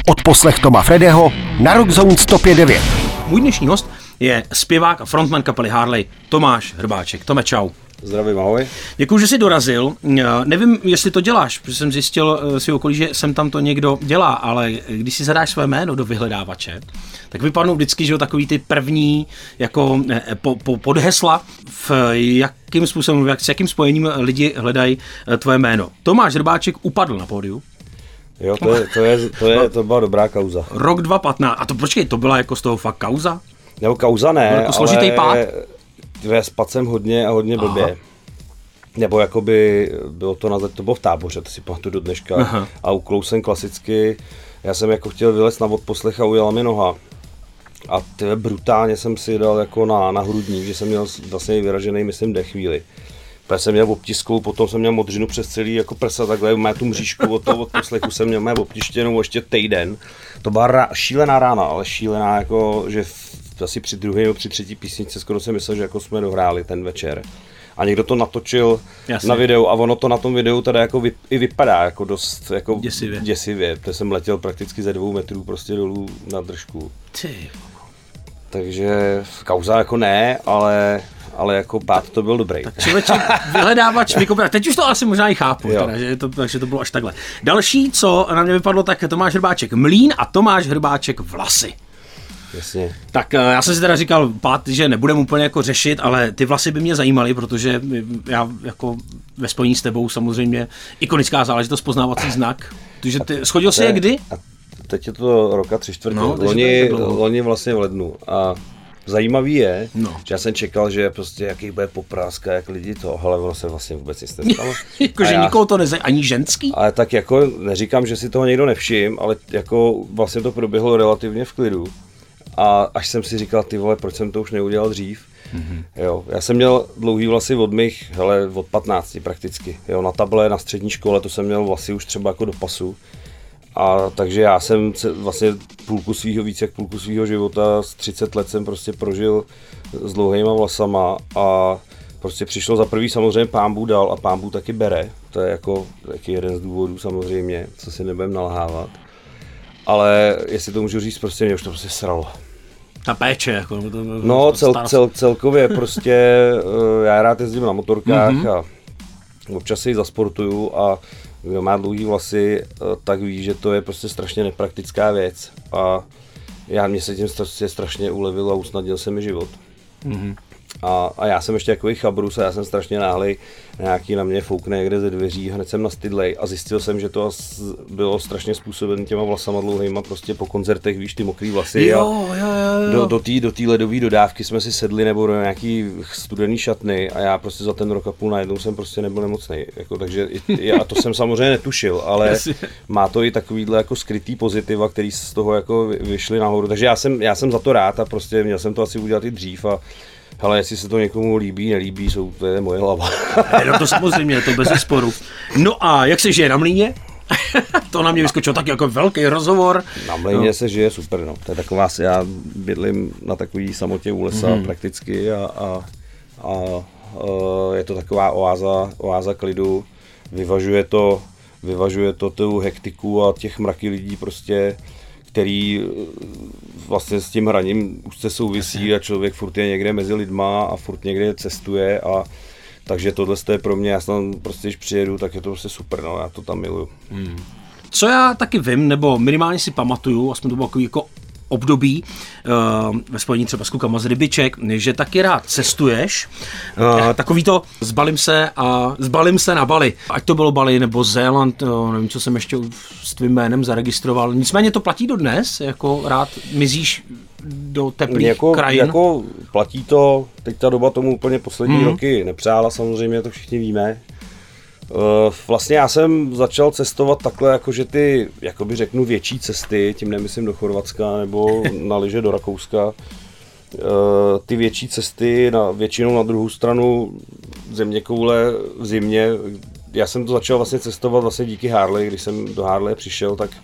Odposlech Toma Fredeho na Rock Zone 105.9. Můj dnešní host je zpěvák a frontman kapely Harley Tomáš Hrbáček. Tome, čau. Zdravím, ahoj. Děkuji, že jsi dorazil. Nevím, jestli to děláš, protože jsem zjistil si okolí, že sem tam to někdo dělá, ale když si zadáš své jméno do vyhledávače, tak vypadnou vždycky, že takový ty první jako podhesla, jakým způsobem, s jakým spojením lidi hledají tvoje jméno. Tomáš Hrbáček upadl na pódiu. Jo, to byla dobrá kauza. Rok 2015. A to počkej, to byla jako z toho fakt kauza? Nebo kauza ne, jako složitý pád? Spadl jsem hodně a hodně blbě. Aha. Nebo jakoby bylo to bylo v Táboře, to si pamatuju do dneška. Aha. A uklous jsem klasicky, já jsem jako chtěl vylézt na odposlech a ujela mi noha. A brutálně jsem si dal jako na hrudník, že jsem měl vlastně vyražený, myslím, dech chvíli. Protože jsem měl obtisklou, potom jsem měl modřinu přes celý jako prsa, takhle má tu mřížku od toho odposlechu jsem měl obtištěnou ještě týden. To byla šílená rána, ale šílená jako, že asi při druhé nebo při třetí písničce skoro jsem myslel, že jako jsme dohráli ten večer. A někdo to natočil na videu a ono to na tom videu teda jako i vypadá jako dost jako děsivě. Protože jsem letěl prakticky ze 2 metrů prostě dolů na držku. Takže kauza jako ne, ale jako pád to byl dobrý. Tak člověček vyhledávač, teď už to asi možná i chápu, teda, že to bylo až takhle. Další, co na mě vypadlo, tak Tomáš Hrbáček Mlýn a Tomáš Hrbáček Vlasy. Jasně. Tak já jsem si teda říkal, pád, že nebudeme úplně jako řešit, ale ty vlasy by mě zajímaly, protože já jako ve spojení s tebou samozřejmě ikonická záležitost, poznávací znak. Takže ty schodil jsi je kdy? A teď je to roka 3/4. Loni vlastně v lednu. A zajímavý je, že já jsem čekal, že prostě jaký bude popráska, jak lidi to, ale ono se vlastně vůbec nic nestalo. Jakože nikoho to nezajímá, ani ženský? Ale tak jako neříkám, že si toho někdo nevšim, ale jako vlastně to proběhlo relativně v klidu. A až jsem si říkal, ty vole, proč jsem to už neudělal dřív. Mm-hmm. Jo, já jsem měl dlouhý vlasy od mých, od 15 prakticky. Jo, na table, na střední škole, to jsem měl vlasy už třeba jako do pasu. A takže já jsem vlastně víc jak půlku svýho života, z 30 let jsem prostě prožil s dlouhýma vlasama a prostě přišlo za prvý samozřejmě Pán Bůh dal a Pán Bůh taky bere. To je jako taky jeden z důvodů samozřejmě, co si nebudem nalhávat. Ale jestli to můžu říct, prostě mě už to prostě sralo. Ta péče, jako no celkově prostě, já rád jezdím na motorkách a občas si zasportuju a kdo má dlouhý vlasy, tak ví, že to je prostě strašně nepraktická věc a mě se tím strašně ulevil a usnadnil se mi život. Mm-hmm. A já jsem ještě takový chabrus a já jsem strašně náhlej, nějaký na mě foukne někde ze dveří, hned jsem nastydlej a zjistil jsem, že to bylo strašně způsobené těma vlasama dlouhýma, prostě po koncertech, víš, ty mokrý vlasy jo. Do té ledové dodávky jsme si sedli nebo do nějaký studený šatny a já prostě za ten rok a půl najednou jsem prostě nebyl nemocnej, jako, takže a to jsem samozřejmě netušil, ale má to i takovýhle jako skrytý pozitiva, který z toho jako vyšly nahoru, takže já jsem za to rád a prostě měl jsem to asi udělat i dřív a hele, jestli se to někomu líbí, nelíbí, to je moje hlava. No to samozřejmě, to bez sporu. No a jak se žije na Mlýně? To na mě vyskočilo taky jako velký rozhovor. Na Mlýně se žije super, no. To je taková, já bydlím na takový samotě u lesa prakticky a je to taková oáza klidu. Vyvažuje to tu hektiku a těch mraky lidí prostě, který vlastně s tím hraním úzce souvisí a člověk furt je někde mezi lidma a furt někde cestuje a takže tohle je pro mě, já tam prostě když přijedu, tak je to prostě super, no, já to tam miluju. Co já taky vím, nebo minimálně si pamatuju, aspoň to bylo jako období ve spojení třeba s klukama z Rybiček, že taky rád cestuješ. Takový to zbalím se na Bali. Ať to bylo Bali nebo Zéland, nevím, co jsem ještě s tvým jménem zaregistroval. Nicméně to platí dodnes, jako rád mizíš do teplých krajin. Jako platí to, teď ta doba tomu úplně poslední roky nepřála, samozřejmě to všichni víme. Vlastně já jsem začal cestovat takhle, jakože ty, jakoby řeknu, větší cesty, tím nemyslím do Chorvatska nebo na lyže do Rakouska. Ty větší cesty většinou na druhou stranu zeměkoule v zimě. Já jsem to začal vlastně cestovat vlastně díky Harley, když jsem do Harley přišel, tak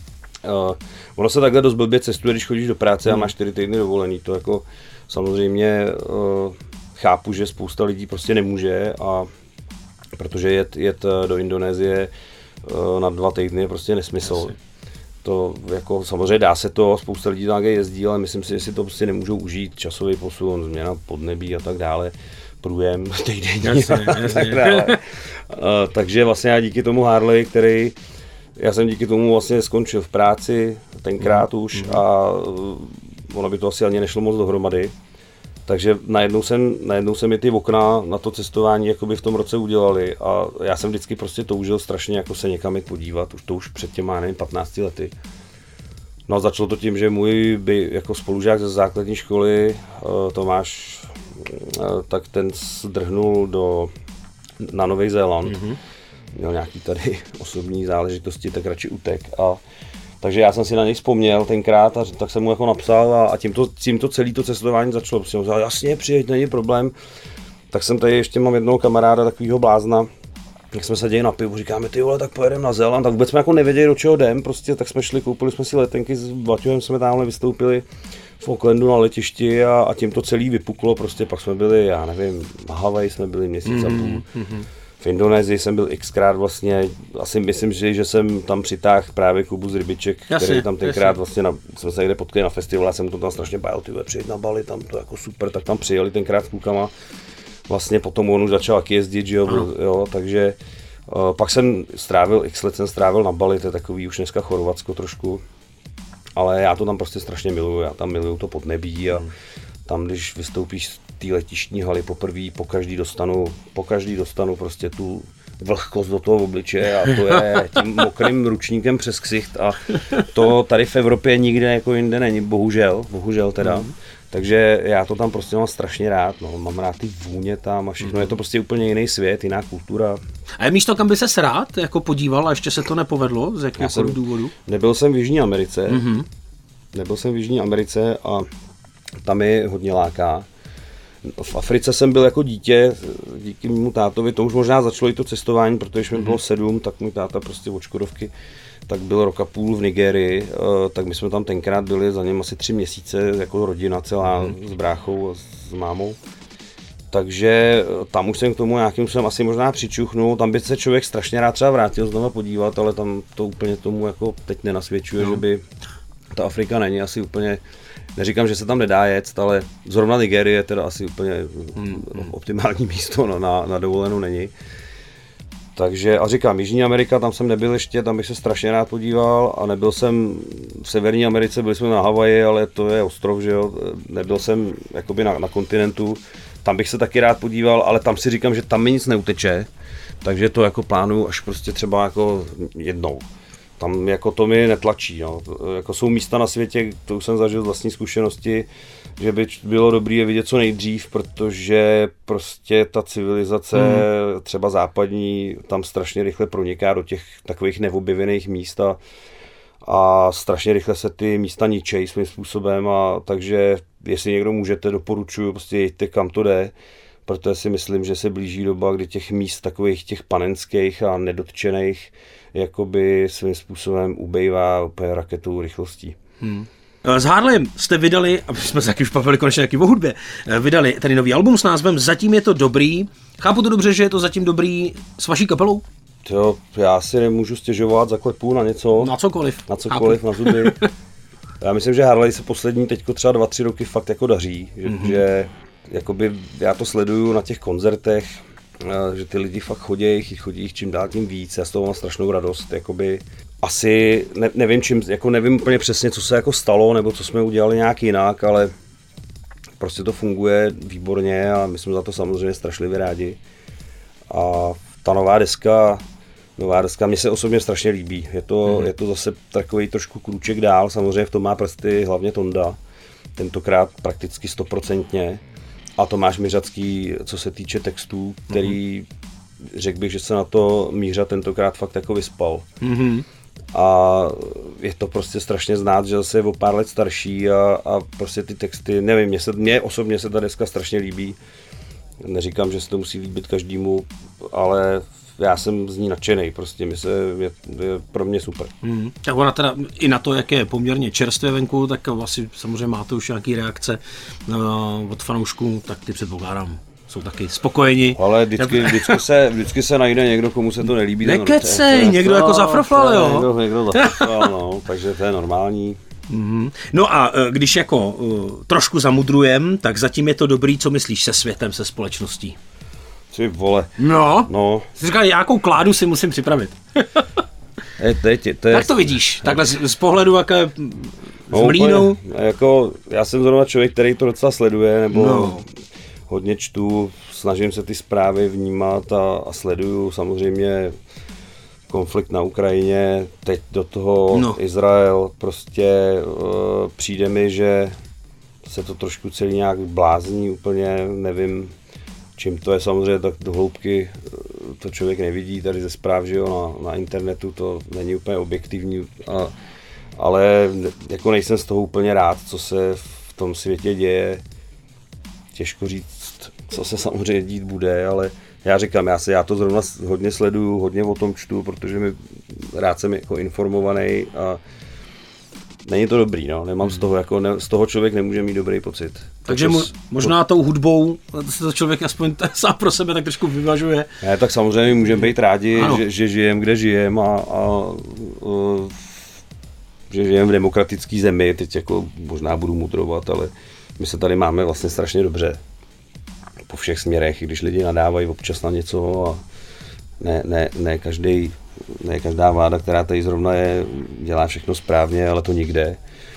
ono se takhle dost blbě cestuje, když chodíš do práce a máš 4 týdny dovolený. To jako samozřejmě chápu, že spousta lidí prostě nemůže a protože jet do Indonésie na 2 týdny je prostě nesmysl. To jako samozřejmě dá se to, spousta lidí tam jezdí, ale myslím si, že si to prostě nemůžou užít, časový posun, změna podnebí a tak dále, průjem týdenní a tak dále. Takže vlastně já díky tomu Harley, já jsem díky tomu vlastně skončil v práci tenkrát už a ono by to asi ani nešlo moc dohromady. Takže najednou se mi ty okna na to cestování jakoby v tom roce udělali a já jsem vždycky prostě toužil strašně jako se někam jít podívat, už před těma, nevím, 15 lety. No a začalo to tím, že můj jako spolužák ze základní školy, Tomáš, tak ten zdrhnul na Nový Zéland. Měl nějaký tady osobní záležitosti, tak radši utek. Takže já jsem si na něj vzpomněl tenkrát a tak jsem mu jako napsal a tímto celé to cestování začalo. Prostě říkal, jasně, přijeď, není problém. Tak jsem tady ještě mám jednoho kamaráda, takovýho blázna, jak jsme seděli na pivu, říkáme, ty vole, tak pojedeme na Zéland, tak vůbec jsme jako nevěděli, do čeho jdem, prostě tak jsme šli, koupili jsme si letenky, s Baťuhem jsme tamhle vystoupili v Aucklandu na letišti a tím to celý vypuklo, prostě pak jsme byli, já nevím, na Havaji jsme byli měsíc a půl. V Indonésii jsem byl xkrát vlastně, asi myslím, že jsem tam přitáhl právě Kubu z Rybiček, který tam tenkrát vlastně, jsme se někde potkali na festivalu, jsem to tam strašně bál, ty přijet na Bali, tam to jako super, tak tam přijeli tenkrát s klukama. Vlastně potom on už začal taky jezdit, že jo, takže pak jsem x let na Bali, to je takový už dneska Chorvatsko trošku, ale já to tam prostě strašně miluju, já tam miluju to podnebí a tam, když vystoupíš z té letištní haly po každý dostanu prostě tu vlhkost do toho obličeje a to je tím mokrým ručníkem přes ksicht a to tady v Evropě nikde jako jinde není, bohužel teda. Takže já to tam prostě mám strašně rád, no, mám rád ty vůně tam a všechno, je to prostě úplně jiný svět, jiná kultura. A je místo, kam by ses rád jako podíval a ještě se to nepovedlo z jakého důvodu? Nebyl jsem v Jižní Americe, a tam je hodně láká. V Africe jsem byl jako dítě, díky mému tátovi, to už možná začalo i to cestování, protože mi bylo 7, tak můj táta prostě od Škodovky, tak byl rok a půl v Nigérii, tak my jsme tam tenkrát byli za něm asi 3 měsíce, jako rodina celá s bráchou a s mámou. Takže tam už jsem k tomu nějakým způsobem asi možná přičuchnul, tam by se člověk strašně rád třeba vrátil znovu podívat, ale tam to úplně tomu jako teď nenasvědčuje, že by ta Afrika není asi úplně, neříkám, že se tam nedá jet, ale zrovna Nigérie teda asi úplně optimální místo, no, na dovolenou není. Takže a říkám, Jižní Amerika, tam jsem nebyl ještě, tam bych se strašně rád podíval a nebyl jsem v Severní Americe, byli jsme na Havaji, ale to je ostrov, že jo, nebyl jsem jakoby na kontinentu, tam bych se taky rád podíval, ale tam si říkám, že tam mi nic neuteče, takže to jako plánuju až prostě třeba jako jednou. Tam jako to mi netlačí, no. Jako jsou místa na světě, to už jsem zažil z vlastní zkušenosti, že by bylo dobré je vidět co nejdřív, protože prostě ta civilizace, třeba západní, tam strašně rychle proniká do těch takových neobjevených míst a strašně rychle se ty místa ničejí svým způsobem, a takže jestli někdo můžete, doporučuji, prostě jeďte kam to jde, protože si myslím, že se blíží doba, kdy těch míst takových těch panenských a nedotčených jakoby svým způsobem ubejvá úplně raketovou rychlostí. S Harlem jste vydali, aby jsme se taky už bavili konečně taky o hudbě, vydali tady nový album s názvem Zatím je to dobrý. Chápu to dobře, že je to zatím dobrý s vaší kapelou? Jo, já si nemůžu stěžovat, zaklepu na něco. Na cokoliv. Na zuby. Já myslím, že Harley se poslední teďko třeba 2-3 roky fakt jako daří, že jakoby já to sleduju na těch koncertech, že ty lidi fakt chodí jich čím dál tím víc, já z toho mám strašnou radost, jakoby asi nevím čím, jako nevím úplně přesně, co se jako stalo, nebo co jsme udělali nějak jinak, ale prostě to funguje výborně a my jsme za to samozřejmě strašlivě rádi. A ta nová deska mě se osobně strašně líbí, je to zase takový trošku krůček dál, samozřejmě v tom má prsty hlavně Tonda, tentokrát prakticky 100%. A Tomáš Miřacký, co se týče textů, který řekl bych, že se na to Mířa tentokrát fakt jako vyspal. A je to prostě strašně znát, že zase je o pár let starší a prostě ty texty, nevím, mně osobně se ta deska strašně líbí. Neříkám, že se to musí líbit každému, ale já jsem z ní nadšenej, prostě je pro mě super. Tak ona teda i na to, jak je poměrně čerstvě venku, tak asi samozřejmě máte už nějaký reakce od fanoušků, tak ty předpokládám. jsou taky spokojeni. Ale vždycky se najde někdo, komu se to nelíbí. Nekecej, někdo jako zafrflal, jo. Někdo zafrflal, no, takže to je normální. No a když jako trošku zamudrujem, tak zatím je to dobrý, co myslíš se světem, se společností? Ty vole. No. Jsi říkal, nějakou kládu si musím připravit. Jak to vidíš? Takhle z pohledu jaké z mlýnu? Jako, já jsem zrovna člověk, který to docela sleduje, nebo hodně čtu, snažím se ty zprávy vnímat a sleduju samozřejmě konflikt na Ukrajině, teď do toho Izrael, prostě přijde mi, že se to trošku celý nějak blázní, úplně nevím, čím to je, samozřejmě tak do hloubky to člověk nevidí tady ze zpráv, že jo, na internetu to není úplně objektivní, ale jako nejsem z toho úplně rád, co se v tom světě děje, těžko říct, co se samozřejmě dít bude, ale já říkám, já to zrovna hodně sleduju, hodně o tom čtu, protože rád jsem jako informovaný a není to dobrý, no, nemám z toho, z toho člověk nemůže mít dobrý pocit. Takže možná tou hudbou se to člověk aspoň sám pro sebe tak trošku vyvažuje. Ne, tak samozřejmě můžeme být rádi, že žijeme, kde žijeme a že žijeme v demokratické zemi, teď jako možná budu mudrovat, ale my se tady máme vlastně strašně dobře. Po všech směrech, i když lidi nadávají občas na něco a ne každá vláda, která tady zrovna je, dělá všechno správně, ale to nikde.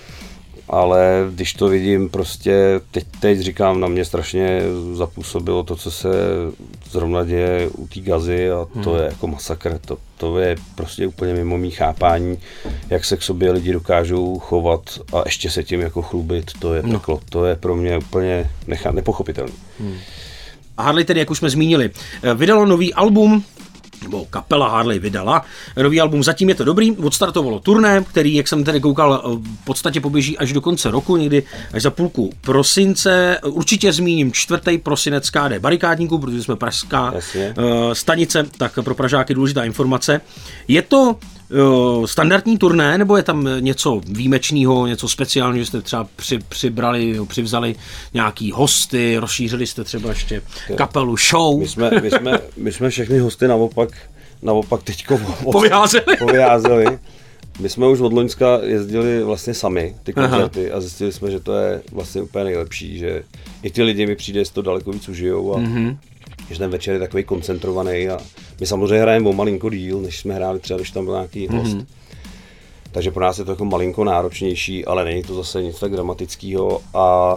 Ale když to vidím, prostě teď říkám, na mě strašně zapůsobilo to, co se zrovna děje u té Gazy a to je jako masakr, to je prostě úplně mimo mý chápání, jak se k sobě lidi dokážou chovat a ještě se tím jako chlubit, to je peklo, to je pro mě úplně nepochopitelné. A Harley tedy, jak už jsme zmínili, vydalo nový album, nebo kapela Harley vydala nový album, zatím je to dobrý, odstartovalo turné, který, jak jsem tedy koukal, v podstatě poběží až do konce roku, někdy až za půlku prosince. Určitě zmíním 4. prosinec KD Barikádníků, protože jsme pražská stanice, tak pro Pražáky důležitá informace. Je to standardní turné, nebo je tam něco výjimečného, něco speciálního, že jste třeba přivzali nějaký hosty, rozšířili jste třeba ještě kapelu, show? My jsme všechny hosty naopak teďko povyházeli. My jsme už od loňska jezdili vlastně sami ty koncerty a zjistili jsme, že to je vlastně úplně nejlepší, že i ty lidi mi přijde, že to daleko víc užijou a že ten večer je takový koncentrovaný a my samozřejmě hrajeme o malinko díl, než jsme hráli třeba, když tam byl nějaký host. Takže pro nás je to jako malinko náročnější, ale není to zase nic tak dramatického a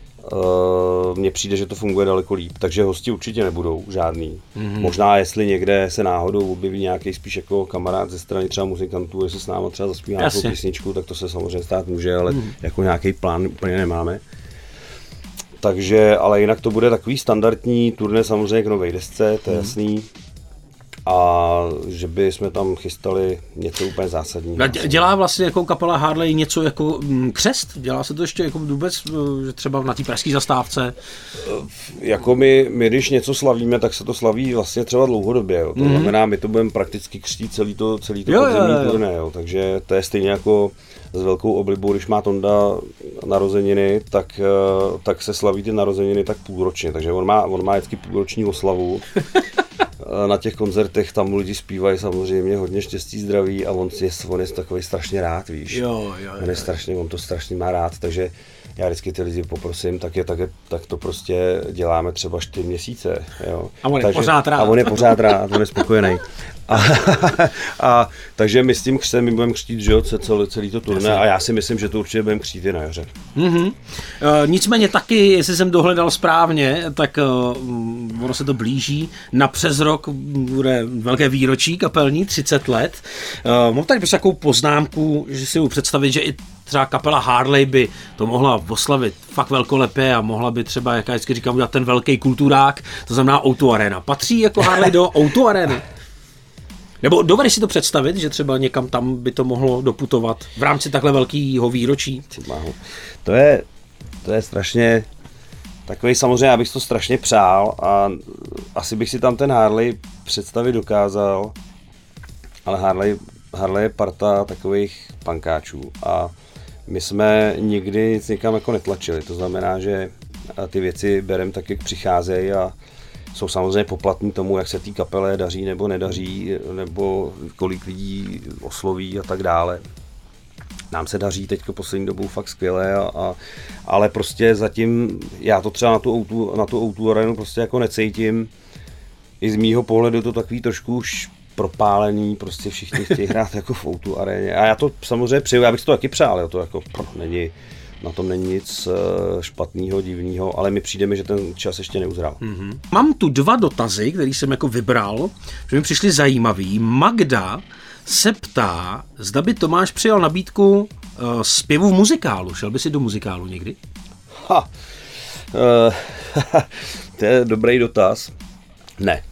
mně přijde, že to funguje daleko líp, takže hosti určitě nebudou žádný. Možná jestli někde se náhodou objeví nějaký spíš jako kamarád ze strany třeba muzikantů, jestli s náma třeba zaspívá nějakou písničku, tak to se samozřejmě stát může, ale jako nějaký plán úplně nemáme. Takže, ale jinak to bude takový standardní turné samozřejmě k nové desce, to je jasný. A že by jsme tam chystali něco úplně zásadního. Dělá vlastně jako kapela Harley něco jako křest? Dělá se to ještě jako vůbec, že třeba na té pražské zastávce? Jako my, když něco slavíme, tak se to slaví vlastně třeba dlouhodobě. Jo. To znamená, my to budeme prakticky křtít celý to podzemní turné. Jo. Takže to je stejně jako s velkou oblibou, když má Tonda narozeniny, tak se slaví ty narozeniny tak půlročně. Takže on má vždycky půlroční oslavu. Na těch koncertech tam lidi zpívají samozřejmě hodně štěstí, zdraví a on je takový strašně rád, víš. On to strašně má rád, takže já vždycky ty lidi poprosím, tak to prostě děláme třeba 4 měsíce. Jo. A on je pořád rád. A on je pořád rád, on je spokojený. Takže my s tím křtem my budeme křtít, že jo, celý to turné a já si myslím, že to určitě budeme křtít i na jaře. Nicméně taky, jestli jsem dohledal správně, tak ono se to blíží. Na přes rok bude velké výročí kapelní, 30 let. Mám tady prostě takovou poznámku, že si budu představit, že i třeba kapela Harley by to mohla oslavit fakt velkolepě a mohla by třeba, jak já vždycky říkám, udělat ten velký kulturák, to znamená O2 Arena. Patří jako Harley do O2 Areny? Nebo dovedeš si to představit, že třeba někam tam by to mohlo doputovat v rámci takhle velkého výročí? To je strašně takový, samozřejmě, já bych to strašně přál a asi bych si tam ten Harley představit dokázal, ale Harley je parta takových pankáčů a my jsme nikdy nic někam jako netlačili, to znamená, že a ty věci berem tak, jak přicházejí a jsou samozřejmě poplatní tomu, jak se té kapele daří nebo nedaří, nebo kolik lidí osloví a tak dále. Nám se daří teďko poslední dobou fakt skvěle, ale prostě zatím já to třeba na tu O2 arenu prostě jako necítím. I z mýho pohledu to takový trošku už propálený, prostě všichni chtějí hrát jako v O2 aréně. A já to samozřejmě přeju, já bych si to taky přál, jo, to jako na tom není nic špatného, divného, ale mi přijde, že ten čas ještě neuzrál. Mm-hmm. Mám tu 2 dotazy, které jsem jako vybral, že mi přišly zajímavý. Magda se ptá, zda by Tomáš přijal nabídku zpěvu v muzikálu. Šel by si do muzikálu někdy? To je dobrý dotaz. Ne.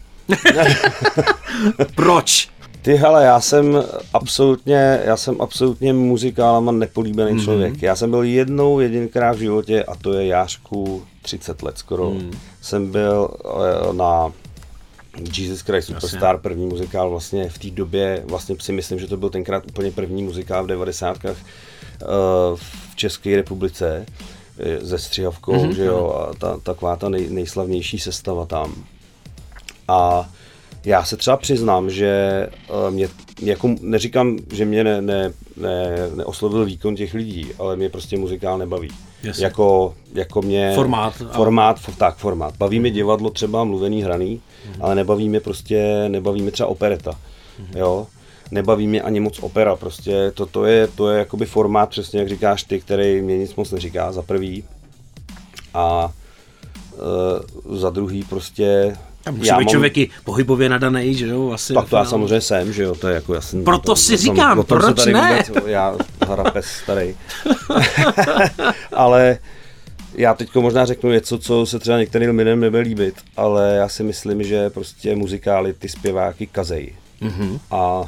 Proč? Ty hele, já jsem absolutně muzikálama nepolíbený člověk. Já jsem byl jedinkrát v životě a to je Jářku 30 let skoro. Jsem byl na Jesus Christ Superstar, první muzikál vlastně v té době, vlastně si myslím, že to byl tenkrát úplně první muzikál v 90kách v České republice se Střihavkou, že jo, a taková ta nejslavnější sestava tam. A já se třeba přiznám, že mě, jako neříkám, že mě neoslovil výkon těch lidí, ale mě prostě muzikál nebaví. Jako mě... Formát. Baví mě divadlo třeba mluvený, hraný, ale nebaví mě třeba opereta, jo. Nebaví mě ani moc opera, prostě to je jakoby formát, přesně jak říkáš ty, který mě nic moc neříká, za prvý. A za druhý prostě... Musí být člověk i pohybově nadanej, že jo? Asi tak to já samozřejmě jsem, že jo, to je jako jasný. Proto si říkám, proč ne? Já harapes starý. Ale já teďko možná řeknu něco, co se třeba některým lidem nebude líbit, ale já si myslím, že prostě muzikály ty zpěváky kazej. Mm-hmm. A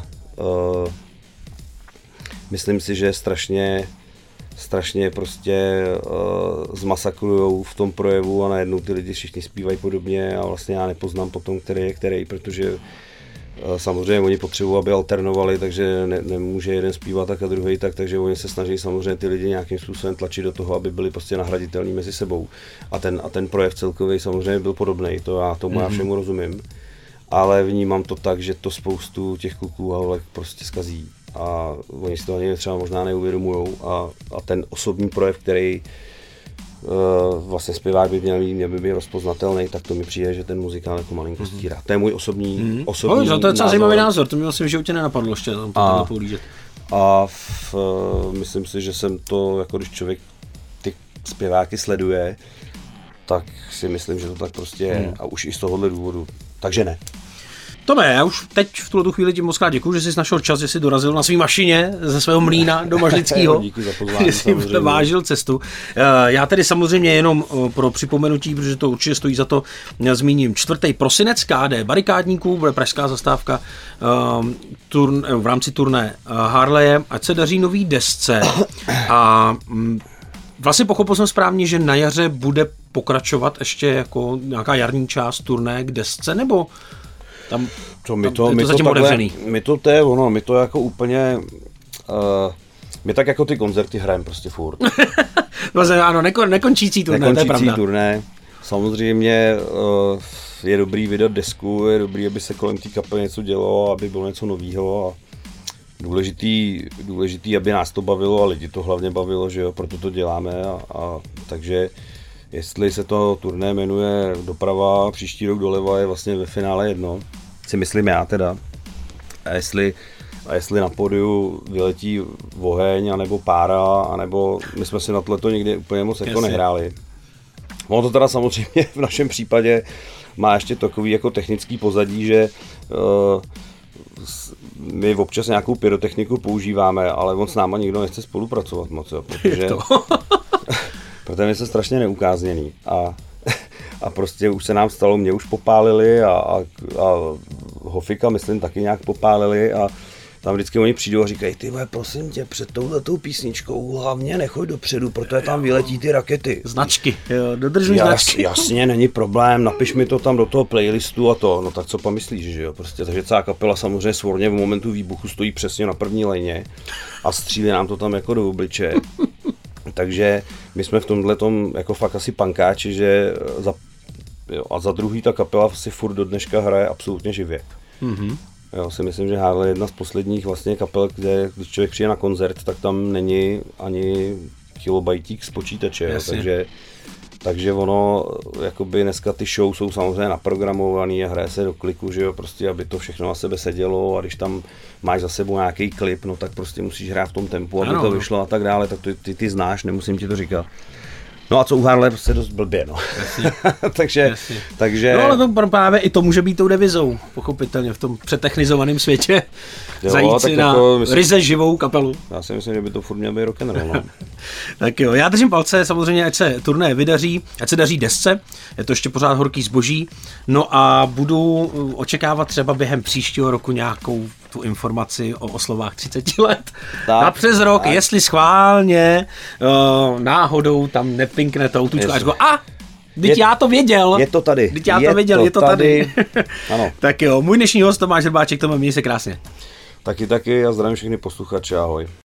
myslím si, že strašně prostě zmasakrujou v tom projevu a najednou ty lidi všichni zpívají podobně a vlastně já nepoznám potom, který je který, protože samozřejmě oni potřebují, aby alternovali, takže nemůže jeden zpívat tak a druhý tak, takže oni se snaží samozřejmě ty lidi nějakým způsobem tlačit do toho, aby byli prostě nahraditelní mezi sebou. A ten projev celkový samozřejmě byl podobný, já všemu rozumím, ale vnímám to tak, že to spoustu těch kluků a holek prostě zkazí. A oni si to ani třeba možná neuvědomujou a ten osobní projev, který vlastně zpěvák by měl by být rozpoznatelný, tak to mi přijde, že ten muzikál jako malinko stírá. To je můj osobní to je docela zajímavý názor, to mi vlastně v životě nenapadlo ještě tam to takhle pohlížet. A myslím si, že jsem to, jako když člověk ty zpěváky sleduje, tak si myslím, že to tak prostě je a už i z tohohle důvodu, takže ne. Tome, já už teď v tuto chvíli ti moc krát děkuju, že jsi našel čas, že jsi dorazil na svý mašině ze svého mlýna do Mažlického. Díky za pozvání. Že jsi vážil cestu. Já tedy samozřejmě jenom pro připomenutí, protože to určitě stojí za to, zmíním 4. prosinec KD Barikádníků, bude pražská zastávka v rámci turné Harleje, ať se daří nový desce. A vlastně pochopil jsem správně, že na jaře bude pokračovat ještě jako nějaká jarní část turné k desce, nebo... My to jako úplně, my tak jako ty koncerty hrajeme prostě furt. Ano, nekončící turné, to je pravda. Turné. Samozřejmě je dobrý vydat desku, je dobrý, aby se kolem té kapely něco dělo, aby bylo něco novýho a důležitý, aby nás to bavilo a lidi to hlavně bavilo, že jo, proto to děláme a takže jestli se to turné jmenuje doprava, příští rok doleva je vlastně ve finále jedno, si myslím já teda. A jestli na pódiu vyletí oheň, anebo pára, anebo my jsme si na tohleto nikdy úplně moc jako nehráli. Ono to teda samozřejmě v našem případě má ještě takový jako technický pozadí, že my občas nějakou pyrotechniku používáme, ale on s náma nikdo nechce spolupracovat moc, jo, protože my jsme strašně neukázněný a prostě už se nám stalo, mě už popálili a Hofika, myslím, taky nějak popálili a tam vždycky oni přijdou a říkají, ty vole, prosím tě, před touhletou písničkou hlavně nechoď dopředu, protože tam vyletí ty rakety. Značky, jo, dodržuj značky. Jasně, není problém, napiš mi to tam do toho playlistu a to, no tak co pomyslíš, že jo, prostě, takže celá kapela samozřejmě svorně v momentu výbuchu stojí přesně na první lejně a střílí nám to tam jako do obličeje. Takže my jsme v tomhletom jako fakt asi pankáči, že za druhý ta kapela si furt do dneška hraje absolutně živě. Mm-hmm. Jo, si myslím, že Harley je jedna z posledních vlastně kapel, kde když člověk přijde na koncert, tak tam není ani kilobajtík z počítače, takže ono, jakoby dneska ty show jsou samozřejmě naprogramovaný a hraje se do kliku, že jo, prostě aby to všechno na sebe sedělo a když tam máš za sebou nějaký klip, no tak prostě musíš hrát v tom tempu, aby to vyšlo a tak dále, tak ty znáš, nemusím ti to říkat. No a co u Harley, prostě dost blbě, no. takže... No ale to právě i to může být tou devizou, pochopitelně v tom přetechnizovaném světě. Zajít si na ryze živou kapelu. Já si myslím, že by to furt měl být rock'n'roll, no. Tak jo, já držím palce samozřejmě, ať se turné vydaří, ať se daří desce, je to ještě pořád horký zboží, no a budu očekávat třeba během příštího roku nějakou tu informaci o oslovách 30 let. A přes rok, jestli schválně náhodou tam nepinkne to autučko a říká, já to věděl. Je to tady. Je to tady. Ano. Tak jo, můj dnešní host Tomáš Hrbáček, Tome, měj se krásně. Taky a zdravím všechny posluchače, ahoj.